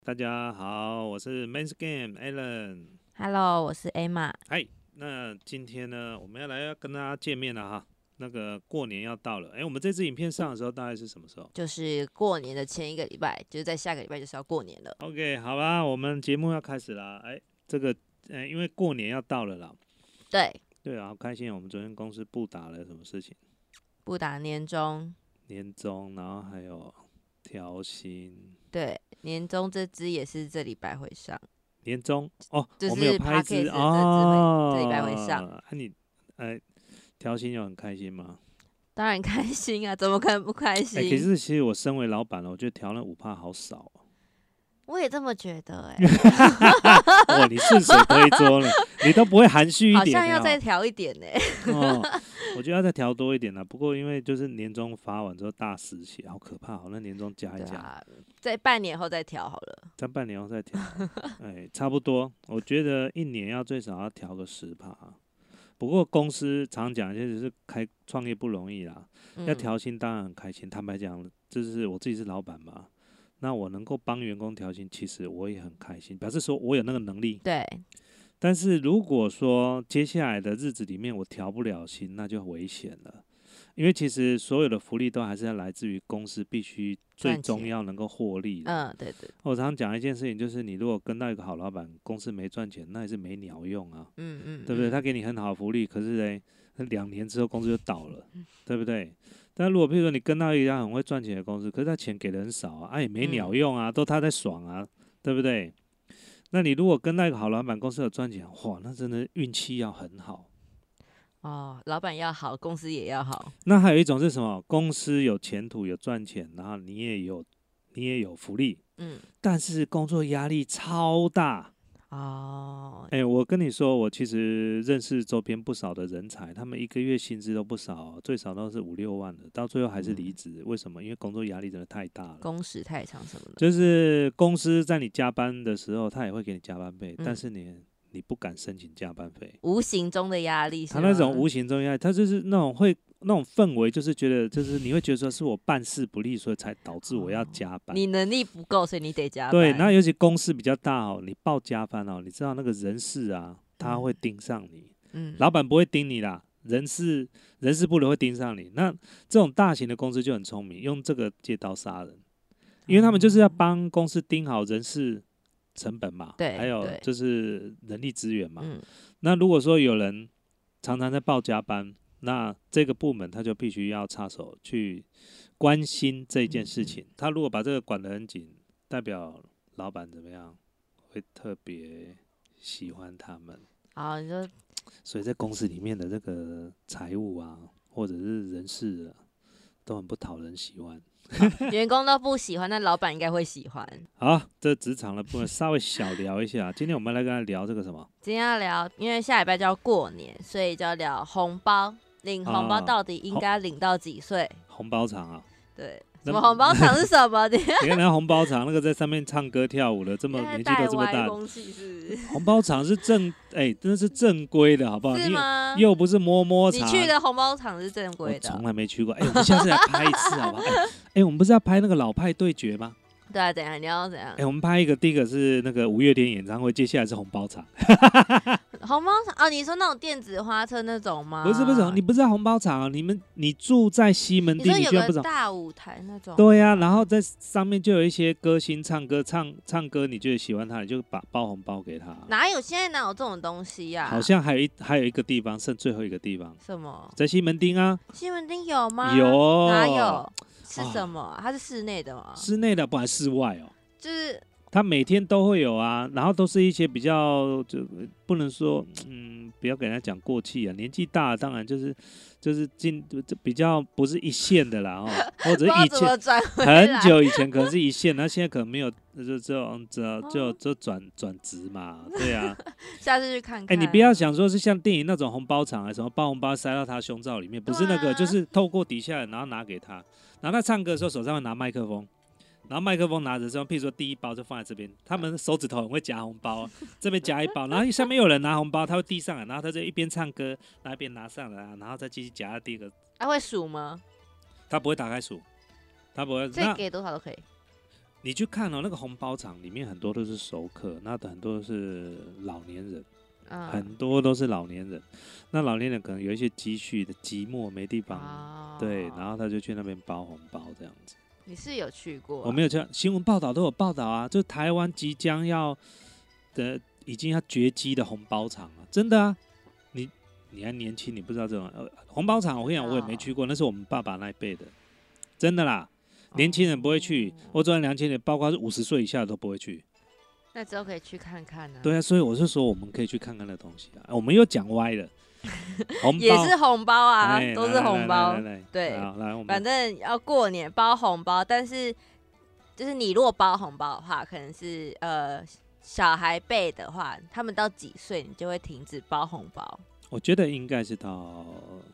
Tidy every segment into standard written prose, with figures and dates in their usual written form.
大家好，我是 Men's Game Alan。 Hello，我是 Emma。 嗨，那今天呢，我们要跟大家见面了哈。那个过年要到了，我们这支影片上的时候大概是什么时候？ 就是过年的前一个礼拜，就是在下个礼拜就是要过年了。 OK， 好吧，我们节目要开始啦。这个，因为过年要到了啦。 对， 对啊，好开心。我们昨天公司布打了什么事情？ 不打年终。 年终，然后还有调薪。 对，年终这支也是这礼拜会上。 年终哦， 就是我们有拍一支 Podcast 哦。 这礼拜会上。 你调薪有很开心吗？ 当然开心啊，怎么可能不开心？ 可是其实我身为老板我觉得调那5%好少我也这么觉得哇，你顺水推舟了，你都不会含蓄一点， 好像要再调一点我觉得要再调多一点啦。不过因为就是年终发完之后大失血，好可怕那年终加一加， 在半年后再调好了。 在半年后再调，差不多。我觉得一年要最少要调个10%。不过公司常讲，就是创业不容易啦，要调薪当然很开心。坦白讲，就是我自己是老板嘛，那我能够帮员工调薪，其实我也很开心，表示说我有那个能力。 对。 但是如果说接下来的日子里面我调不了薪，那就危险了。因为其实所有的福利都还是要来自于公司必须最终要能够获利的。 对对。 我常常讲一件事情，就是你如果跟到一个好老板，公司没赚钱，那也是没鸟用啊。对不对？他给你很好的福利，可是呢，2年之后公司就倒了，对不对？但如果譬如说你跟到一家很会赚钱的公司，可是他钱给的很少啊，也没鸟用啊，都他在爽啊，对不对？那你如果跟到一个好老板，公司有赚钱，哇，那真的运气要很好。 老板要好，公司也要好。 那还有一种是什么？公司有前途，有赚钱，然后你也有福利，但是工作压力超大。我跟你说，我其实认识周边不少的人才，他们一个月薪资都不少，最少都是5-6万的，到最后还是离职。为什么？因为工作压力真的太大了， 工时太长什么的。 就是公司在你加班的时候，他也会给你加班费，但是你不敢申请加班费， 无形中的压力是吗？ 他那种无形中的压力，他就是那种氛围，就是觉得就是你会觉得说是我办事不力，所以才导致我要加班。 你能力不够，所以你得加班。 对，那尤其公司比较大你报加班你知道那个人事啊，他会盯上你。老板不会盯你啦，人事部的会盯上你。那这种大型的公司就很聪明，用这个借刀杀人，因为他们就是要帮公司盯好人事成本嘛， 对， 还有就是人力资源嘛。那如果说有人常常在报加班，那这个部门他就必须要插手去关心这件事情。他如果把这个管得很紧，代表老板怎么样会特别喜欢他们。 你说， 所以在公司里面的这个财务啊，或者是人事啊，都很不讨人喜欢。 员工都不喜欢，那老板应该会喜欢。 好，这职场的部分稍微小聊一下。今天我们来跟他聊这个什么？ 今天要聊，因为下礼拜就要过年，所以就要聊红包。领红包到底应该领到几岁？ 红包场啊？ 对，什么红包场是什么？你看那红包场，那个在上面唱歌跳舞的，这么年纪都这么大，红包场是真的是正规的，好不好？ 是吗？ 又不是摸摸茶。 你去的红包场是正规的？ 我从来没去过。我们下次来拍一次，好不好？我们不是要拍那个老派对决吗？ 对啊，怎样？你要怎样？ 我们拍一个，第一个是那个5月天演唱会，接下来是红包场。 红包场你说那种电子花车那种吗？ 不是，你不知道红包场你住在西门町， 你居然不知道？ 有个大舞台那种。 对呀，然后在上面就有一些歌星唱歌，你觉得喜欢他，你就包红包给他。 现在哪有这种东西呀？ 好像还有一个地方，剩最后一个地方。 什么？ 在西门町啊。 西门町有吗？ 有。 哪有？是什么？它是室内的吗？ 室内的，不然室外哦。 就是它每天都会有啊，然后都是一些比较就不能说不要给人家讲过气啊，年纪大当然就是比较不是一线的啦或者以前很久以前可能是一线，那现在可能没有，就转职嘛，对啊。 下次去看看。 你不要想说是像电影那种红包场什么包红包塞到他胸罩里面，不是那个，就是透过底下然后拿给他，然后他唱歌的时候手上会拿麦克风。然后麦克风拿着之后，譬如说第一包就放在这边，他们手指头很会夹红包，这边夹一包，然后下面有人拿红包，他会递上来，然后他就一边唱歌，然后一边拿上来，然后再继续夹到第一个。 他会数吗？ 他不会打开数，他不会。 所以给多少都可以。 你去看那个红包场里面很多都是熟客，那很多都是老年人，很多都是老年人。那老年人可能有一些积蓄的寂寞没地方，对，然后他就去那边包红包这样子。 你是有去过？ 我没有去，新闻报道都有报道啊，就台湾即将已经要绝迹的红包场啊，真的啊！你还年轻，你不知道这种红包场，我跟你讲，我也没去过，那是我们爸爸那一辈的，真的啦。年轻人不会去，我昨天2000年，包括是50岁以下的都不会去。 那之后可以去看看啊。 对啊，所以我是说我们可以去看看那东西啊。我们又讲歪了，红包也是红包啊，都是红包。对， 来， 反正要过年包红包，但是就是你如果包红包的话，可能是小孩辈的话，他们到几岁你就会停止包红包？ 我觉得应该是到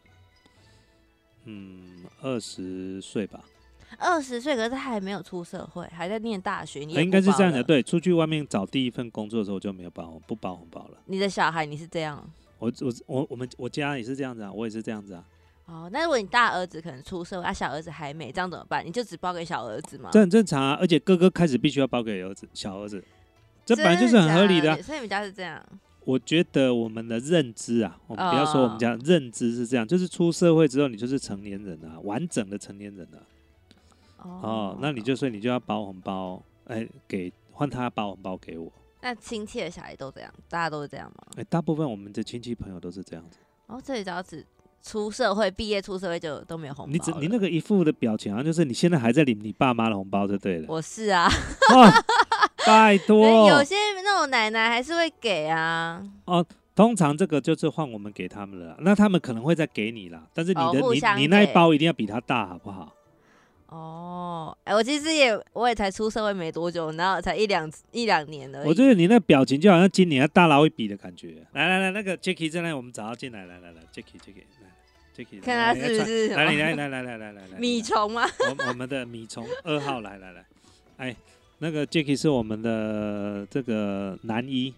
20岁吧。 20岁，可是他还没有出社会，还在念大学，你也应该是这样的。对，出去外面找第一份工作的时候，我就没有不包红包了。 你的小孩你是这样？ 我家也是这样子啊，我也是这样子啊。 哦，那如果你大儿子可能出社会，小儿子还没，这样怎么办？你就只包给小儿子吗？ 这很正常啊，而且哥哥开始必须要包给小儿子，这本来就是很合理的啊。 所以你们家是这样？ 我觉得我们的认知啊，我们不要说我们家认知是这样，就是出社会之后你就是成年人啊，完整的成年人啊。那你就要包红包，换他包红包给我。 那亲戚的小孩都这样，大家都是这样吗？ 大部分我们的亲戚朋友都是这样子。 这里只要出社会，毕业出社会就都没有红包了。 你那个一副的表情，好像就是你现在还在领你爸妈的红包就对了。 我是啊， 拜托。 有些那种奶奶还是会给啊。 通常这个就是换我们给他们了，那他们可能会再给你啦，但是你那一包一定要比他大，好不好？ 我其实我也才出社会没多久，然后才一两年而已。 我觉得你那表情就好像今年要大捞一笔的感觉。来，那个 Jacky 在那，我们找他进来，来 Jacky， 看他是不是来米虫吗？ 我们的米虫2号，来，那个 Jacky 是我们的这个男一。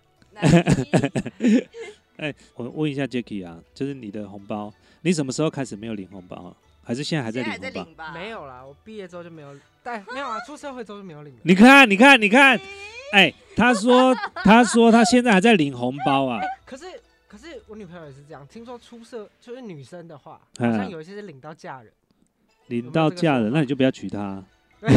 我问一下 Jacky 啊，就是你的红包，你什么时候开始没有领红包？还是现在还在领红包？ 没有啦，我毕业之后就没有，没有啊，出社会之后就没有领了。 你看，他说他现在还在领红包啊。 可是我女朋友也是这样，听说就是女生的话，好像有一些是领到嫁人。 领到嫁人，那你就不要娶她。 额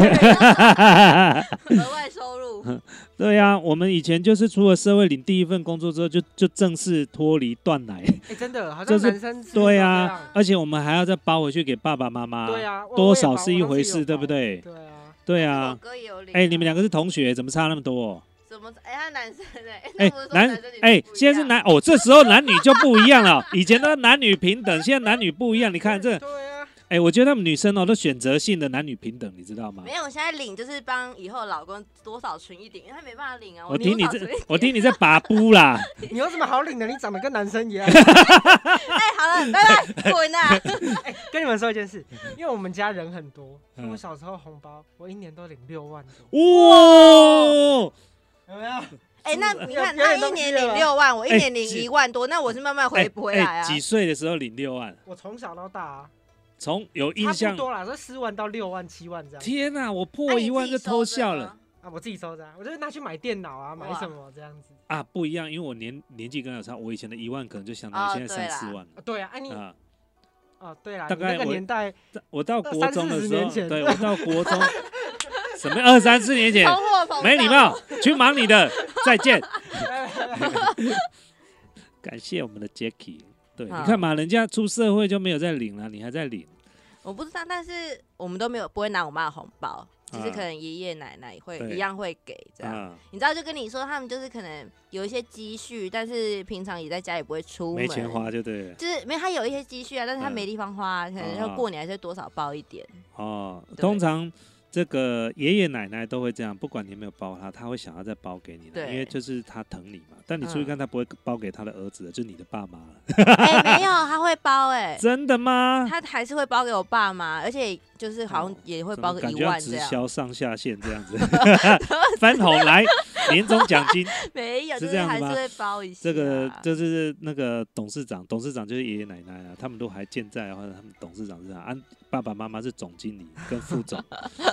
外收入。 对啊，我们以前就是出了社会领第一份工作之后，就正式脱离断奶。 真的，好像男生对啊，而且我们还要再包回去给爸爸妈妈。 对啊， 多少是一回事，对不对？对啊。 我哥也有领。 你们2个是同学，怎么差那么多？ 怎么？他男生现在是这时候男女就不一样了。以前都男女平等，现在男女不一样。你看这。 对啊。 我觉得他们女生都选择性的男女平等，你知道吗？ 没有，我现在领就是帮以后老公多少存一点，因为他没办法领啊。 我听你在把布啦。 你有什么好领的？你长得跟男生一样。 好了，拜拜，滚啊！ 跟你们说一件事，因为我们家人很多，我小时候红包我1年都领6万多。 哇！ 有没有？ 那你看他1年领6万，我1年领1万多，那我是慢慢回来啊。 几岁的时候领6万？ 我从小到大啊。 从有印象， 差不多啦，说4万到6万、7万这样。 天哪，我破1万就偷笑了。 我自己收着，我就拿去买电脑啊，买什么这样子。 不一样，因为我年纪跟他差，我以前的1万可能就相当于现在3-4万了。 对啊，对啦， 大概那个年代， 我到国中的时候， 对， 我到国中，什么2-3-4年前，没礼貌，去忙你的，再见。感谢我们的 Jacky。对，你看嘛，人家出社会就没有在领了，你还在领。 我不知道，但是我们都不会拿我妈的红包，就是可能爷爷奶奶一样会给这样。你知道，就跟你说，他们就是可能有一些积蓄，但是平常也在家也不会出门， 没钱花就对了。 就是他有一些积蓄啊，但是他没地方花，可能要过年还是多少包一点。 通常。这个爷爷奶奶都会这样，不管你有没有包他会想要再包给你的，因为就是他疼你嘛。但你出去看，他不会包给他的儿子的，就是你的爸妈了。 没有，他会包真的吗？ 他还是会包给我爸妈，而且就是好像也会包个1万这样。 直销上下线这样子，分红来年终奖金。 没有， 是这样吗？ 还是会包一下。 这个就是那个董事长就是爷爷奶奶啊，他们都还健在的话，他们董事长是这样，爸爸妈妈是总经理跟副总。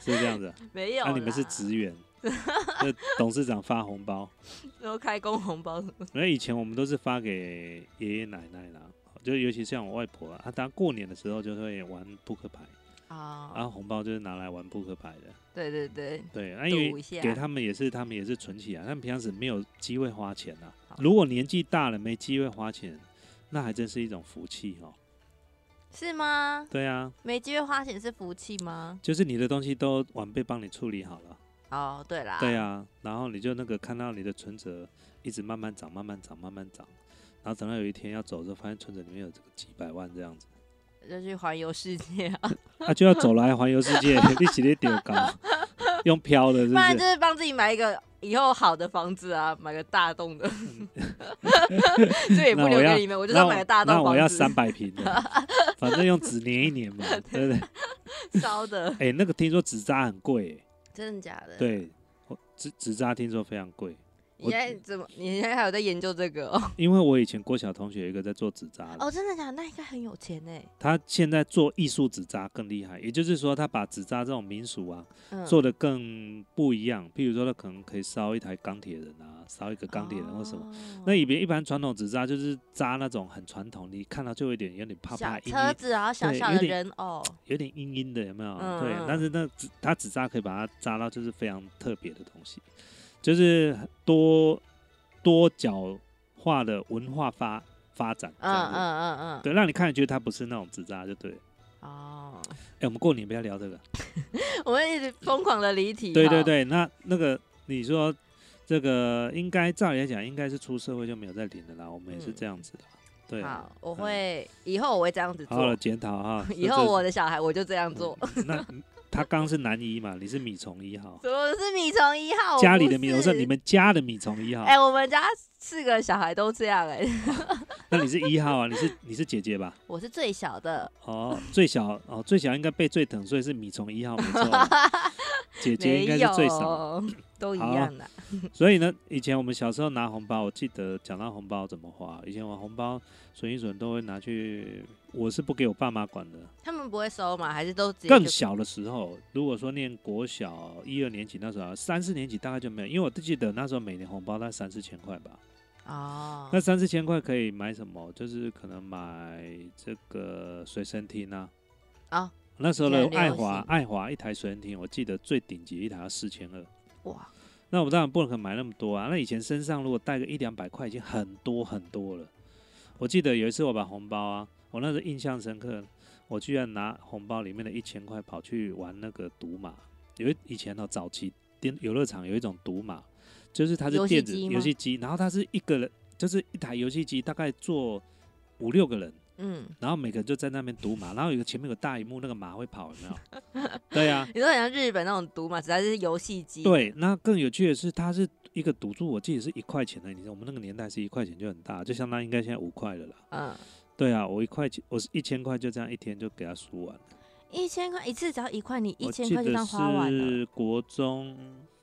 是这样子、啊？ 没有， 那、你们是职员，董事长发红包， 然后开工红包什么？ 因为以前我们都是发给爷爷奶奶啦，就尤其像我外婆啊，她过年的时候就会玩扑克牌。然后红包就是拿来玩扑克牌的。 对对对。 对，因为给他们也是存起来，他们平常时没有机会花钱啊。如果年纪大了没机会花钱，那还真是一种福气哦。 是吗？ 对啊。 没机会花钱是福气吗？ 就是你的东西都晚辈帮你处理好了。 哦，对啦。 对啊，然后你就那个看到你的存折一直慢慢涨，慢慢涨，慢慢涨，然后等到有一天要走的时候，发现存折里面有这个几百万这样子。 就去环游世界啊！ 就要走来环游世界，你起来丢高，用飘的是不是？ 不然就是帮自己买一个以后好的房子啊，买个大栋的。这也不留给你们，我就要买个大栋房子。 那我要300坪的，反正用纸粘一粘嘛，对不对？烧的。 那个听说纸扎很贵， 真的假的？ 对，纸扎听说非常贵。 你现在还有在研究这个哦？ 因为我以前国小同学有一个在做纸扎的。 哦，真的假的？那应该很有钱哎。 他现在做艺术纸扎更厉害，也就是说他把纸扎这种民俗啊，做得更不一样。譬如说他可能可以烧一台钢铁人啊，烧一个钢铁人或什么。那一般传统纸扎就是扎那种很传统，你看到就有点怕怕阴阴。 车子啊，小小的人偶， 有点阴阴的，有没有？对，但是他纸扎可以把它扎到就是非常特别的东西。就是多角化的文化发展，对，让你看觉得它不是那种纸扎就对了。哦，我们过年不要聊这个， 我们一直疯狂的离题。 对对对，那个你说这个应该照理来讲应该是出社会就没有再领的啦，我们也是这样子的。对， 好，我会以后我会这样子做。 好了，检讨哈， 以后我的小孩我就这样做。 那。他刚是男一嘛，你是米虫1号。 我是米虫1号。 家里的米虫是你们家的米虫1号。 我们家4个小孩都这样那你是1号啊？你是姐姐吧？ 我是最小的。 哦，最小应该被最疼，所以是米虫1号没错。姐姐应该是最少， 都一样的。 所以呢，以前我们小时候拿红包，我记得讲到红包怎么花，以前我红包存一存都会拿去，我是不给我爸妈管的。 他们不会收吗？还是都直接？ 更小的时候，如果说念国小1、2年级那时候，3、4年级大概就没有，因为我记得那时候每年红包大概3、4千块吧。哦。那3、4千块可以买什么？就是可能买这个随身听啊。啊。那时候的爱华一台随身听，我记得最顶级一台要4200。哇！那我们当然不可能买那么多啊。那以前身上如果带个100、200块已经很多很多了。我记得有一次我把红包啊，我那时候印象深刻，我居然拿红包里面的1000块跑去玩那个赌马。以前早期游乐场有一种赌马，就是它是电子游戏机，然后它是一个人，就是一台游戏机，大概坐5、6个人。然后每个人就在那边赌马，然后前面有大荧幕，那个马会跑，有没有？对啊， 你说很像日本那种赌马，实在是游戏机。 对，那更有趣的是，它是一个赌注，我记得是1块钱的。你知道我们那个年代是1块钱就很大，就相当应该现在5块了啦。对啊，我1块钱，我是1000块，就这样一天就给他输完了。 1000块一次只要1块，你1000块就这样花完了。 是国中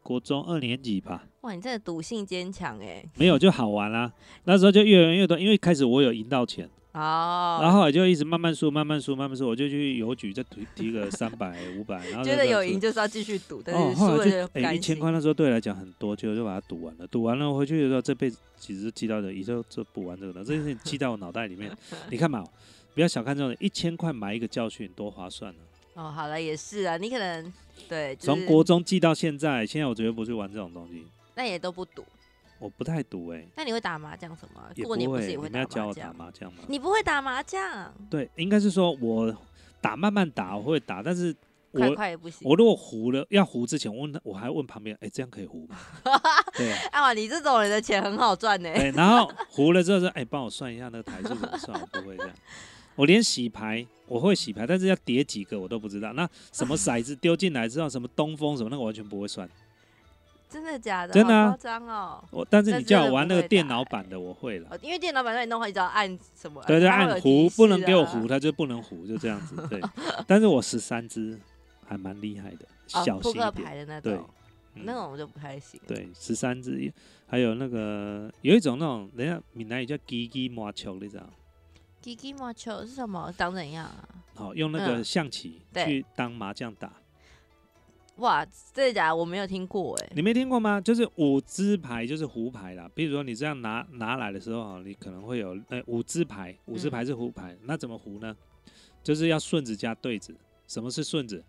2年级吧。 哇，你真的赌性坚强哎。 没有，就好玩啦。那时候就越玩越多，因为开始我有赢到钱。然后我就一直慢慢输，我就去邮局再提个300、500，然后觉得有赢就是要继续赌，但是输了就 1000块那时候对来讲很多，结果就把它赌完了。赌完了回去的时候，这辈子其实记到的，以后就不玩这个了。这件事情记在我脑袋里面。你看嘛，不要小看这种1000块买一个教训，多划算呢。 哦，好了，也是啊，你可能对， 从国中记到现在我绝对不去玩这种东西。 那也都不赌。 我不太赌那你会打麻将什么？ 过年不是也会打麻将？你们要教我打麻将吗？ 你不会打麻将？ 对，应该是说我慢慢打，我会打，但是快也不行。 我如果胡了，要胡之前，我还问旁边，这样可以胡吗？对。 哇，你这种人的钱很好赚呢。 对，然后胡了之后说，帮我算一下那个台数怎么算，我不会这样。我连洗牌我会洗牌，但是要叠几个我都不知道。那什么骰子丢进来之后，什么东风什么那个完全不会算。 真的假的？ 真的啊， 夸张哦！ 但是你叫我玩那个电脑版的，我会了。 因为电脑版让你弄，你只要按什么？ 对，按胡，不能给我胡，他就不能胡，就这样子。对，但是我13只还蛮厉害的，小型一点。扑克牌的那种，那种我就不太行。 对，13只，还有那个有一种那种，人家闽南语叫鸡鸡麻球，你知道？ 鸡鸡麻球是什么？长怎样啊？ 好，用那个象棋去当麻将打。 哇，真的假的？我没有听过哎。 你没听过吗？就是五支牌，就是胡牌啦。比如说你这样拿来的时候，你可能会有五支牌，五支牌是胡牌，那怎么胡呢？就是要顺子加对子。什么是顺子？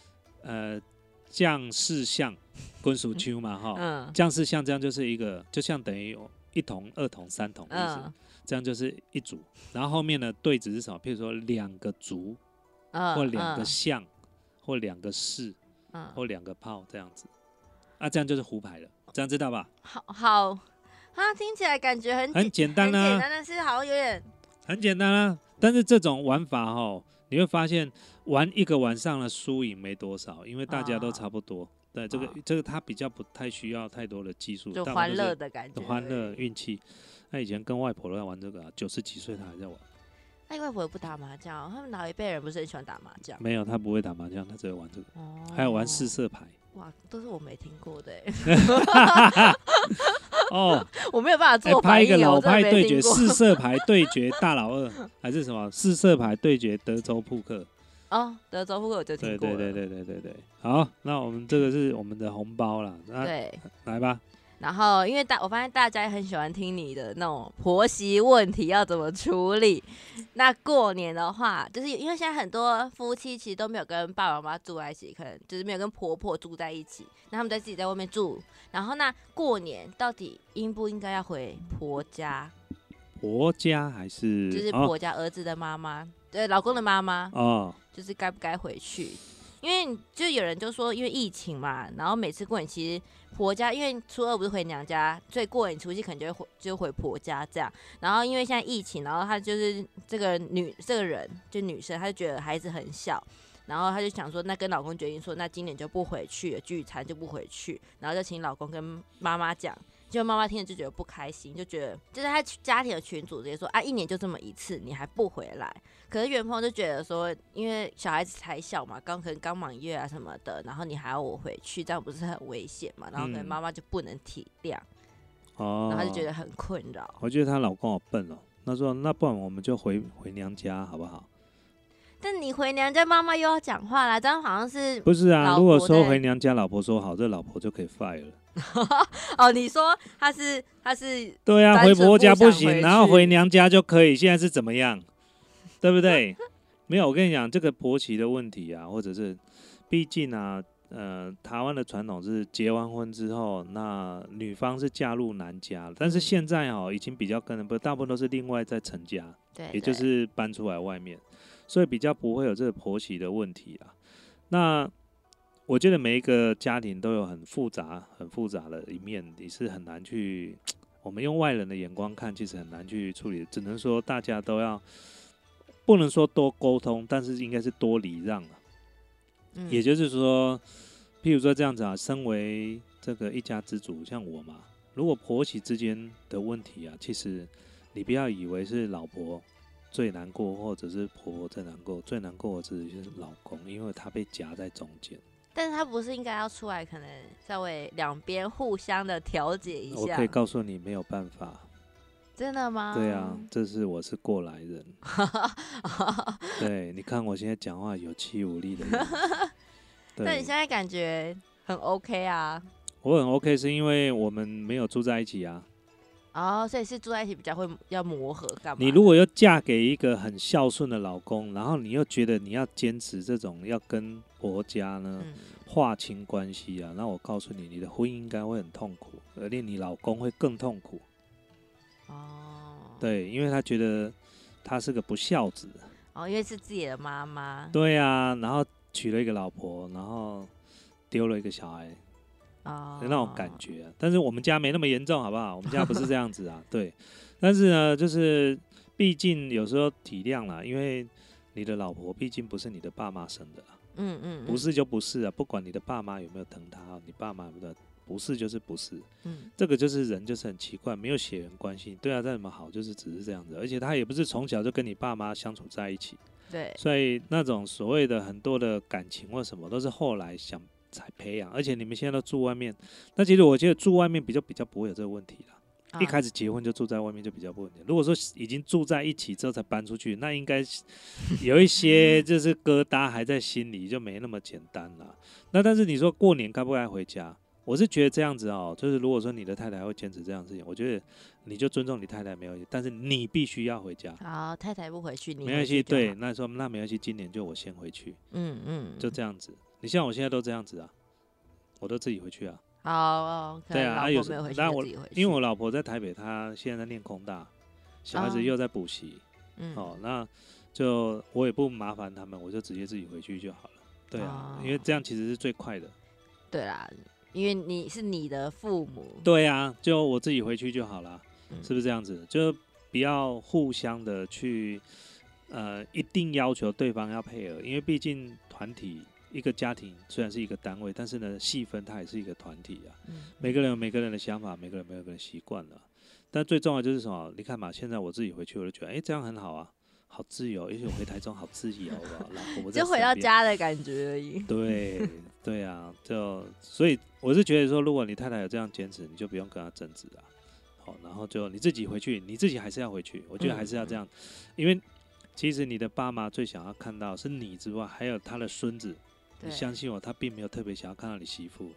将士象，棍属秋嘛哈。将士象这样就是一个，就像等于一筒、二筒、三筒的意思。这样就是一组。然后后面的对子是什么？譬如说2个卒，或2个象，或2个士。或2个炮这样子，这样就是胡牌了，这样知道吧？ 好，听起来感觉很简单啊， 很简单，但是好像有点很简单啊。但是这种玩法你会发现玩一个晚上的输赢没多少，因为大家都差不多。对，这个它比较不太需要太多的技术， 就欢乐的感觉， 欢乐运气。那以前跟外婆都在玩这个，90几岁他还在玩。 那外婆不打麻将，他们老一辈人不是很喜欢打麻将？ 没有，他不会打麻将，他只会玩这个。还有玩4色牌。 哇，都是我没听过的哦， 我没有办法做拍一个老派对决，4色牌对决大老二，还是什么4色牌对决德州扑克？ 德州扑克我就听过了。 对。好，那我们这个是我们的红包啦。对，来吧。 然后，因为我发现大家也很喜欢听你的那种婆媳问题要怎么处理。那过年的话，就是因为现在很多夫妻其实都没有跟爸爸妈妈住在一起，可能就是没有跟婆婆住在一起，那他们自己在外面住。然后，那过年到底应不应该要回婆家？ 婆家还是就是婆家儿子的妈妈，对，老公的妈妈就是该不该回去？因为就有人就说，因为疫情嘛，然后每次过年其实婆家，因为初2不是回娘家，所以过年除夕可能就回婆家这样。然后因为现在疫情，然后他就是这个人就女生，她就觉得孩子很小，然后她就想说，那跟老公决定说，那今年就不回去了，聚餐就不回去，然后就请老公跟妈妈讲。结果妈妈听了就觉得不开心，就觉得就是他家庭的群组直接说1年就这么一次，你还不回来。可是袁鹏就觉得说，因为小孩子才小嘛，可能刚满月什么的，然后你还要我回去，这样不是很危险嘛？然后可能妈妈就不能体谅，然后他就觉得很困扰。 我觉得她老公好笨哦，他说那不然我们就回娘家好不好？ 但你回娘家，妈妈又要讲话啦，这样好像是不是啊？如果说回娘家，老婆说好，这老婆就可以 fire 了。你说他是对啊，回婆家不行，然后回娘家就可以，现在是怎么样？对不对？没有，我跟你讲，这个婆媳的问题啊，或者是毕竟啊，台湾的传统是结完婚之后，那女方是嫁入男家，但是现在已经比较大部分都是另外再成家， 对， 也就是搬出来外面。所以比较不会有这个婆媳的问题啦。那我觉得每一个家庭都有很复杂的一面，你是很难去，我们用外人的眼光看，其实很难去处理。只能说大家都要，不能说多沟通，但是应该是多礼让也就是说，譬如说这样子身为这个一家之主，像我嘛，如果婆媳之间的问题其实你不要以为是老婆最难过，或者是婆婆最难过，最难过的就是老公，因为他被夹在中间。 但是他不是应该要出来，可能稍微两边互相的调解一下？ 我可以告诉你，没有办法。 真的吗？ 对啊，我是过来人。对，你看我现在讲话有气无力的样子。 但你现在感觉很 OK 啊？ 我很 OK， 是因为我们没有住在一起啊。 所以是住在一起比较要磨合干嘛？ 你如果要嫁给一个很孝顺的老公，然后你又觉得你要坚持这种要跟婆家呢划清关系那我告诉你，你的婚姻应该会很痛苦，而且你老公会更痛苦。对，因为他觉得他是个不孝子。 因为是自己的妈妈。 对啊，然后娶了一个老婆，然后丢了一个小孩。那种感觉但是我们家没那么严重，好不好？我们家不是这样子对。但是呢，就是毕竟有时候体谅啦，因为你的老婆毕竟不是你的爸妈生的不是就不是不管你的爸妈有没有疼他，你爸妈有没有不是就是不是，这个就是人就是很奇怪，没有血缘关系，对再怎么好就是只是这样子，而且他也不是从小就跟你爸妈相处在一起， 对， 所以那种所谓的很多的感情或什么都是后来才培养，而且你们现在都住外面，那其实我觉得住外面比较不会有这个问题啦。 一开始结婚就住在外面就比较不稳定。如果说已经住在一起之后才搬出去，那应该有一些就是疙瘩还在心里，就没那么简单了。那但是你说过年该不该回家？我是觉得这样子就是如果说你的太太会坚持这样的事情，我觉得你就尊重你太太没有关系，但是你必须要回家。 好，太太不回去，你没关系，对，那说那没关系，今年就我先回去。就这样子。你像我现在都这样子啊，我都自己回去啊。对啊，有时候因为我老婆在台北，她现在在念空大，小孩子又在补习，那就我也不麻烦他们，我就直接自己回去就好了。对啊，因为这样其实是最快的。 对啦，因为你是你的父母。 对啊，就我自己回去就好了，是不是这样子？就不要互相的去一定要求对方要配合，因为毕竟团体。一个家庭虽然是一个单位，但是呢，细分它也是一个团体啊。每个人有每个人的想法，每个人有每个人的习惯了。但最重要就是什么？你看嘛，现在我自己回去，我就觉得，这样很好啊，好自由。而且我回台中好自由啊，老婆在身边， 就回到家的感觉而已。 对啊，所以我是觉得说，如果你太太有这样坚持，你就不用跟她争执啊。好，然后就你自己回去，你自己还是要回去。我觉得还是要这样，因为其实你的爸妈最想要看到是你之外，还有他的孙子。你相信我，他并没有特别想要看到你媳妇。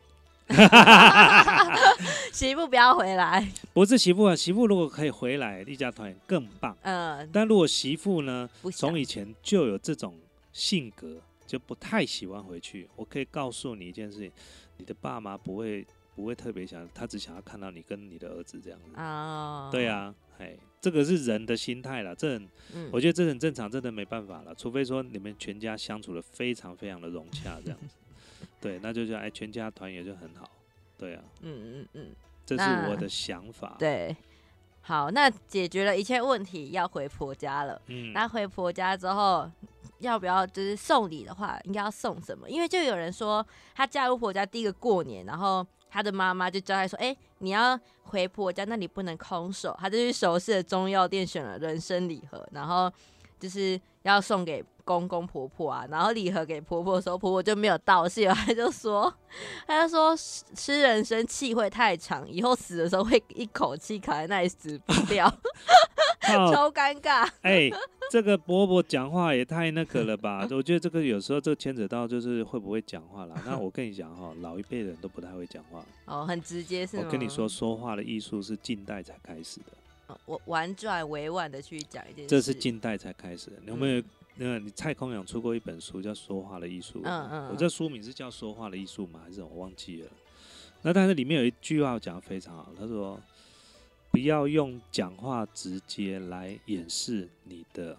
媳妇不要回来。 不是媳妇啊，媳妇如果可以回来，一家团圆更棒。但如果媳妇呢，从以前就有这种性格，就不太喜欢回去。我可以告诉你一件事情，你的爸妈不会特别想，他只想要看到你跟你的儿子这样子。对啊，这个是人的心态啦，我觉得这很正常，真的没办法了。除非说你们全家相处的非常非常的融洽，这样子，对，那就叫全家团圆就很好，对啊，这是我的想法。 对，好，那解决了一切问题，要回婆家了。那回婆家之后，要不要就是送礼的话，应该要送什么？因为就有人说，他嫁入婆家第一个过年，然后他的妈妈就交代说，你要回婆家，那你不能空手。他就去熟识的中药店选了人参礼盒，然后就是要送给公公婆婆啊。然后礼盒给婆婆的时候，婆婆就没有道谢，他就说吃人参气会太长，以后死的时候会一口气卡在那里死不掉，超尴尬。 这个伯伯讲话也太那个了吧？我觉得这个有时候这牵扯到就是会不会讲话啦。那我跟你讲老一辈人都不太会讲话。 很直接是吗？ 我跟你说，说话的艺术是近代才开始的。 我婉转委婉的去讲一件事， 这是近代才开始的。你有没有？你蔡康永出过一本书叫《说话的艺术》。我这书名是叫《说话的艺术》吗？还是我忘记了？那但是里面有一句话讲得非常好，他说：“不要用讲话直接来掩饰你的，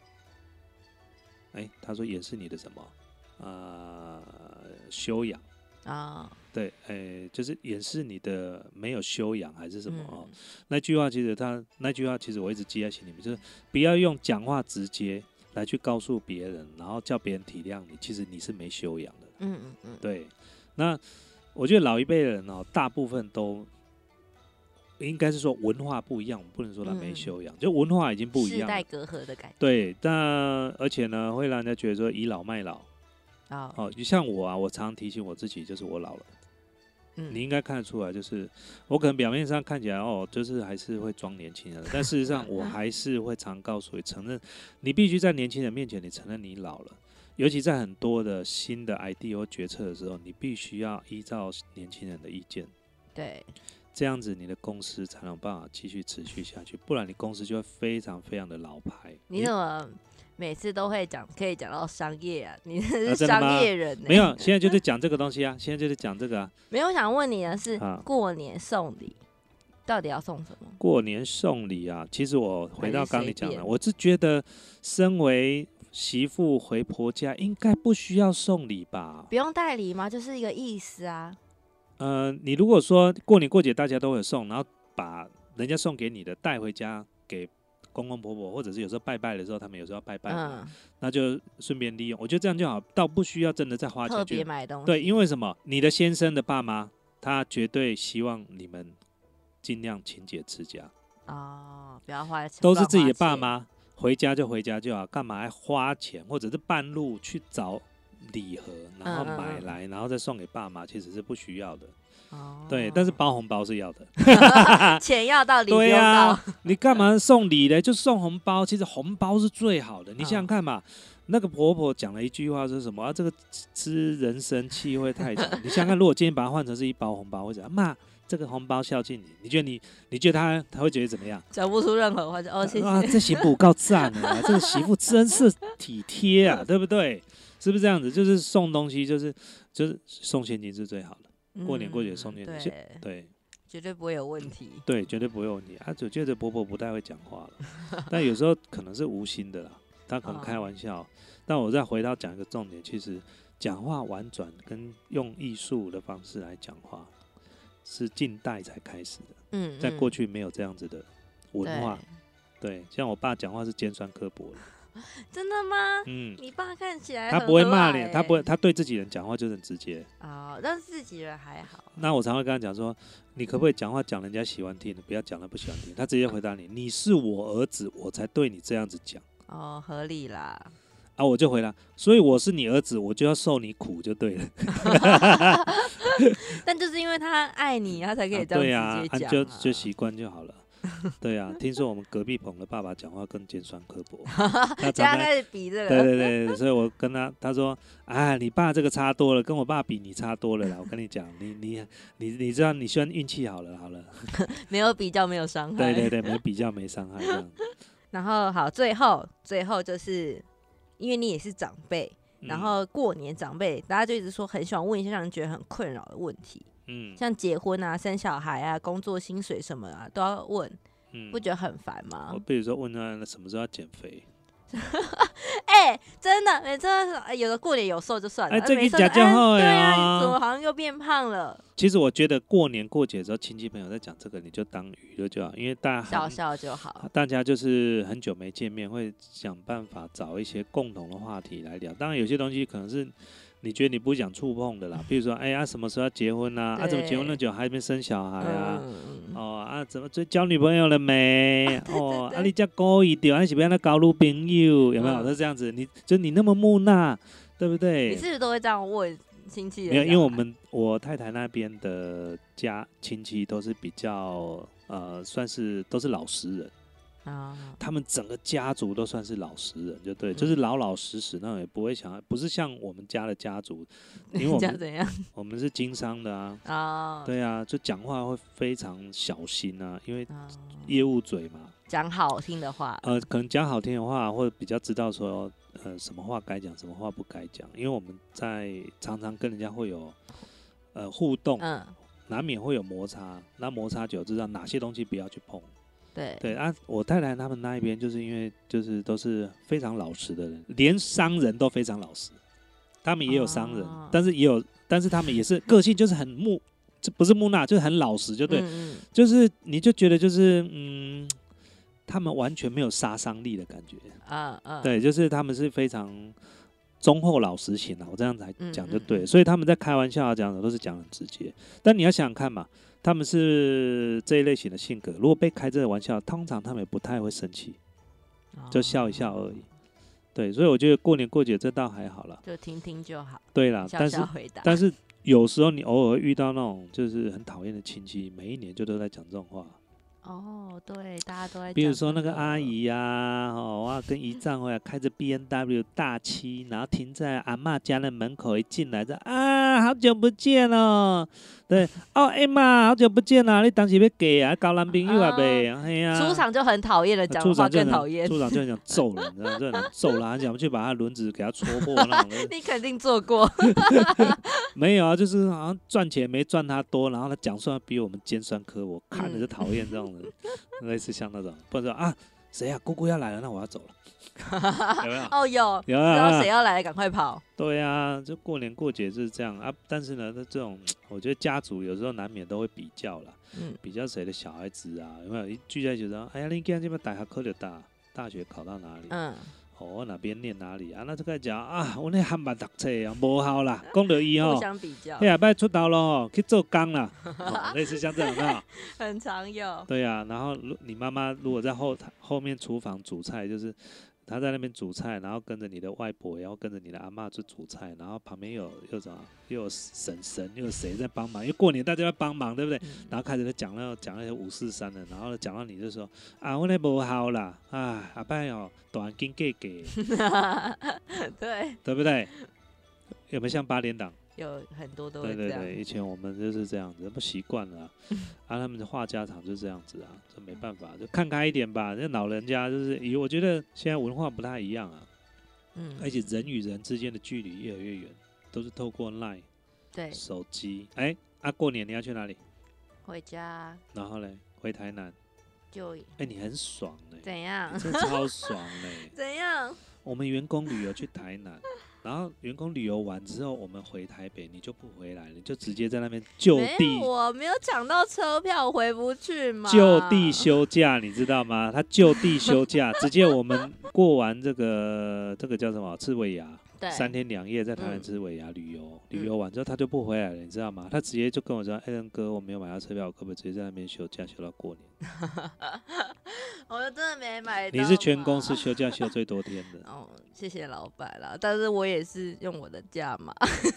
他说掩饰你的什么？修养啊？对，就是掩饰你的没有修养还是什么那句话其实我一直记在心里面，就是不要用讲话直接来去告诉别人，然后叫别人体谅你，其实你是没修养的。对，那我觉得老一辈的人大部分都。应该是说文化不一样，我们不能说他没修养，就文化已经不一样了， 世代隔阂的感觉。 对，但而且呢，会让人家觉得说倚老卖老。就像我啊，我常提醒我自己，就是我老了。你应该看得出来，就是我可能表面上看起来就是还是会装年轻人，但事实上我还是会常告诉你，承认你必须在年轻人面前，你承认你老了。尤其在很多的新的 idea 或决策的时候，你必须要依照年轻人的意见。 对。 这样子，你的公司才能有办法继续持续下去，不然你公司就会非常非常的老牌。 你怎么每次都会可以讲到商业啊？你是商业人没有，现在就是讲这个东西啊，现在就是讲这个啊。 没有，我想问你的是，过年送礼到底要送什么？ 过年送礼啊，其实我回到刚你讲的，我是觉得身为媳妇回婆家，应该不需要送礼吧？ 不用带礼吗？就是一个意思啊。 你如果说过年过节大家都会送，然后把人家送给你的带回家给公公婆婆，或者是有时候拜拜的时候，他们有时候要拜拜嘛，那就顺便利用。我觉得这样就好，倒不需要真的再花钱特别买东西。 对，因为什么？你的先生的爸妈，他绝对希望你们尽量勤俭持家。 不要花钱， 都是自己的爸妈，回家就回家就好，干嘛还花钱，或者是半路去找礼盒，然后买来，然后再送给爸妈，其实是不需要的。 哦， 对，但是包红包是要的。 钱要到，礼不用到。 对啊，你干嘛送礼嘞？就送红包，其实红包是最好的。你想想看嘛，那个婆婆讲了一句话是什么？这个吃人生气会太长。你想想看，如果今天把它换成是一包红包，会怎样？妈，这个红包孝敬你，你觉得他会觉得怎么样？ 讲不出任何话，哦，谢谢。 啊，这媳妇够赞啊！这个媳妇真是体贴啊，对不对？是不是这样子？就是送东西，就是送现金是最好的。过年过节送现金，对， 绝对不会有问题。 对，绝对不会有问题。我觉得婆婆不太会讲话了，但有时候可能是无心的啦，她可能开玩笑。但我再回到讲一个重点，其实讲话婉转跟用艺术的方式来讲话，是近代才开始的。在过去没有这样子的文化。对，像我爸讲话是尖酸刻薄的。 真的吗？你爸看起来他不会骂人，他对自己人讲话就很直接。 但是自己人还好。 那我常会跟他讲说，你可不可以讲话讲人家喜欢听的，不要讲他不喜欢听。他直接回答你，你是我儿子，我才对你这样子讲。 哦，合理啦。 我就回答，所以我是你儿子，我就要受你苦就对了。 但就是因为他爱你，他才可以这样直接讲。就习惯就好了。对啊，听说我们隔壁棚的爸爸讲话更尖酸刻薄， 他开始比这个。 对，所以我跟他说，你爸这个差多了，跟我爸比你差多了啦。我跟你讲，你知道你算运气好了， 没有比较没有伤害。 对，没比较没伤害这样。 然后好，最后就是因为你也是长辈，然后过年长辈大家就一直说很喜欢问一些让人觉得很困扰的问题。像结婚啊、生小孩啊、工作薪水什么啊，都要问，不觉得很烦吗？ 我比如说问他什么时候要减肥， 真的，真的是有的过年有瘦就算了， 这个假就好对啊，怎么好像又变胖了？ 其实我觉得过年过节的时候，亲戚朋友在讲这个，你就当娱乐就好，因为大家笑就好。大家就是很久没见面，会想办法找一些共同的话题来聊。当然有些东西可能是你觉得你不想触碰的啦，比如说，什么时候要结婚啊？怎么结婚那久还没生小孩啊？怎么交女朋友了没？你这故意的，还是不要那交女朋友？有没有？是这样子，你那么木讷，对不对？ 你是不是都会这样问亲戚？ 没有，因为我太太那边的亲戚都是比较算是都是老实人。他们整个家族都算是老实人，就对，就是老实那种，也不会不是像我们家的家族，因为我们是经商的啊，对啊，就讲话会非常小心啊，因为业务嘴嘛， 讲好听的话， 可能讲好听的话，或者比较知道说什么话该讲，什么话不该讲，因为我们常常跟人家会有互动，难免会有摩擦，那摩擦久知道哪些东西不要去碰。对啊，我太太他们那一边就是因为就是都是非常老实的人，连商人都非常老实，他们也有商人，但是他们也是个性就是很不是木讷，就是很老实，就对，就是你就觉得就是他们完全没有杀伤力的感觉对，就是他们是非常忠厚老实型我这样才讲就对，所以他们在开玩笑讲的都是讲很直接，但你要想想看嘛。他们是这一类型的性格，如果被开这个玩笑，通常他们也不太会生气，就笑一笑而已。对，所以我觉得过年过节这倒还好啦， 就听听就好。 对啦，但是有时候你偶尔遇到那种就是很讨厌的亲戚，每一年就都在讲这种话。 对，大家都在讲。 比如说那个阿姨呀，我要跟姨丈回来开着 BMW 大7，然后停在阿嬷家的门口，一进来就好久不见哦。对，妈，好久不见啦！你当时要嫁啊，交男朋友啊呗？ 出场就很讨厌的讲话更讨厌。 出场就很想揍人，你知道就很想揍啦，想去把他轮子给他戳破那种。 你肯定做过。 没有啊，就是好像赚钱没赚他多，然后他讲出来比我们尖酸刻薄，看着就讨厌这种人。类似像那种，不然说谁啊，姑姑要来了，那我要走了。有没有？ 有，知道谁要来了，赶快跑。对啊，就过年过节就是这样啊。但是呢，这种我觉得家族有时候难免都会比较啦，比较谁的小孩子啊，有没有？一聚在一起说，哎呀，你今天这边大学考就大学考到哪里？我哪边念哪里啊？那这个讲我那汉版读册啊，无效啦，讲到伊互相比较， 下摆出头咯，去做工啦，类似像这种的， 很常有。 对啊，然后你妈妈如果在后面厨房煮菜，就是他在那边煮菜，然后跟着你的外婆，然后跟着你的阿嬷去煮菜，然后旁边又有婶婶，又有谁在帮忙？因为过年大家要帮忙，对不对？然后开始讲那些543的，然后讲到你就说啊，我那不好啦，啊，阿伯哦，短斤给， 对， 对不对？有没有像8点档？ 有很多都会这样。 对，以前我们就是这样子，不习惯了他们的话家常就是这样子啊，这没办法，就看开一点吧。那老人家就是，我觉得现在文化不太一样啊，而且人与人之间的距离越来越远，都是透过 LINE、手机。过年你要去哪里？ 回家。 然后嘞，回台南。你很爽嘞。 怎样？ 真的超爽嘞。 怎样？ 我们员工旅游去台南。然后员工旅游完之后，我们回台北，你就不回来了，你就直接在那边就地。 我没有抢到车票，我回不去嘛。 就地休假，你知道吗？他就地休假，直接我们过完这个叫什么赤尾牙，3天2夜在台南赤尾牙旅游完之后他就不回来了，你知道吗？他直接就跟我说：“伦哥，我没有买到车票，我可不可以直接在那边休假休到过年？” 我真的没买到。 你是全公司休假休最多天的。 哦，谢谢老板啦，但是我也是用我的假嘛。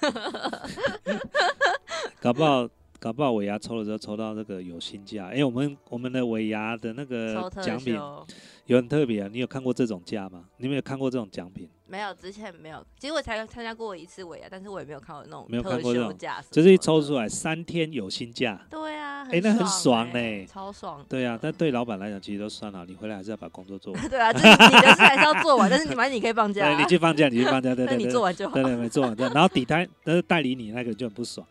搞不好尾牙抽的时候抽到这个有薪假，我们的尾牙的那个奖品有很特别啊，你有看过这种假吗？你有看过这种奖品？ 没有，之前没有。其实我才参加过一次尾牙，但是我也没有看过那种特休假， 就是一抽出来3天有薪假。 对啊， 那很爽嘞， 超爽。 对啊，但对老板来讲，其实都算好，你回来还是要把工作做完。 对啊，就是你的事还是要做完，但是你可以放假。 对，你去放假，对， 那你做完就好。 对，没做完。然后代理你那个就很不爽。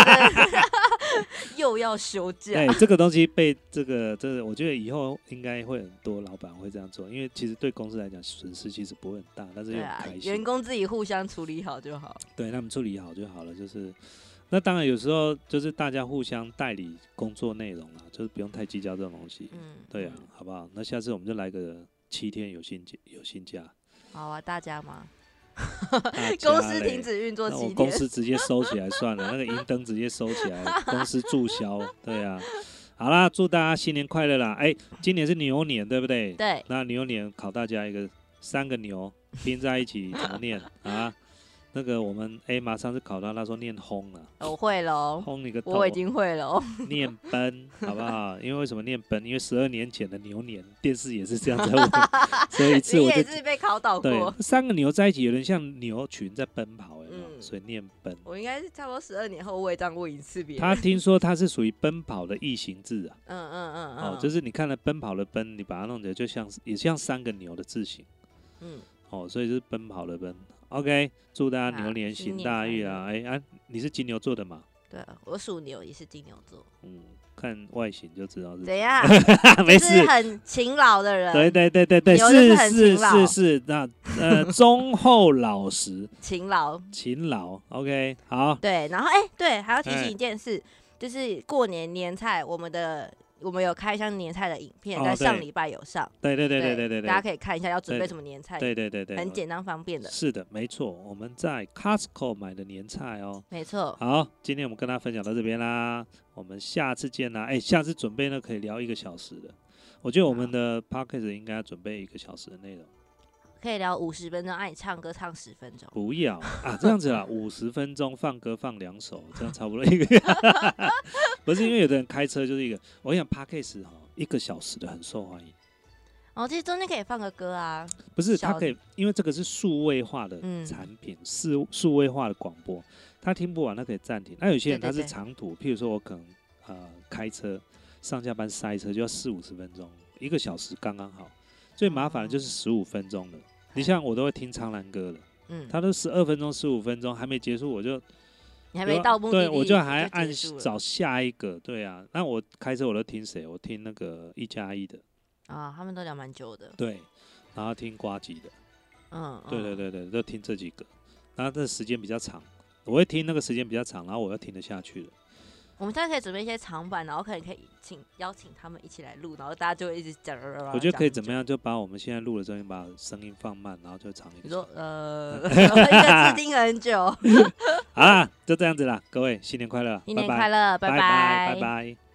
又要休假。 对，这个东西被这个，我觉得以后应该会很多老板会这样做，因为其实对公司来讲损失其实不会很大，但是又很开心。 员工自己互相处理好就好。 对，他们处理好就好了，就是。那当然有时候就是大家互相代理工作内容啦，就是不用太计较这种东西。对啊，好不好？那下次我们就来个7天有薪假。好啊，大家吗？公司停止运作7天， 公司直接收起来算了，那个银灯直接收起来，公司注销。对啊，好啦，祝大家新年快乐啦！今年是牛年，对不对？ 对。 那牛年考大家一个3个牛拼在一起怎么念啊？那个我们马上是考到，他说念轰了， 我会了， 轰你个头， 我已经会了。 念奔，好不好？因为什么念奔？因为12年前的牛年电视也是这样在问，所以一次我就你也是被考倒过。 对，3个牛在一起，有点像牛群在奔跑，所以念奔。 我应该是差不多12年后我也这样问一次别人。 他听说他是属于奔跑的异形字啊，就是你看了奔跑的奔，你把它弄起来就像也像3个牛的字形，所以就是奔跑的奔。OK， 祝大家牛年行大运啊！你是金牛座的嘛？ 对，我属牛，也是金牛座。 看外形就知道是怎样。 没事， 是很勤劳的人。 对，是那忠厚老实， 勤劳。 OK， 好。 对，然后对，还要提醒一件事，就是过年年菜，我们有开箱年菜的影片，在上礼拜有上。对，大家可以看一下要准备什么年菜。 对， 很简单方便的。 是的，没错，我们在 Costco 买的年菜哦。 没错。 好，今天我们跟大家分享到这边啦，我们下次见啦。下次准备呢可以聊1个小时的，我觉得我们的 Podcast 应该要准备1个小时的内容。 可以聊50分钟，你唱歌唱10分钟。 不要啊，这样子啦，50分钟放歌放2首，这样差不多1个。不是因为有的人开车就是一个，我想 Podcast 1个小时的很受欢迎。 其实中间可以放个歌啊。 不是，它可以，因为这个是数位化的产品，数位化的广播，他听不完，他可以暂停。那有些人他是长途，譬如说我可能开车上下班塞车就要40-50分钟，1个小时刚刚好。最麻烦的就是15分钟的。你像我都会听苍兰歌的，他都12分钟、15分钟还没结束， 你还没到目的地， 对，我就还按找下一个。对啊，那我开车我都听谁？我听那个1+1的啊，他们都聊蛮久的。 对，然后听呱吉的，对，都听这几个。然后这时间比较长，我会听那个时间比较长，然后我要听得下去的。 我们现在可以准备一些长版，然后可以邀请他们一起来录，然后大家就会一直讲。 我觉得可以怎么样，就把我们现在录的声音，把声音放慢，然后就长一点。 你说一个字听很久。 好啦，就这样子啦，各位新年快乐， 新年快乐，拜拜。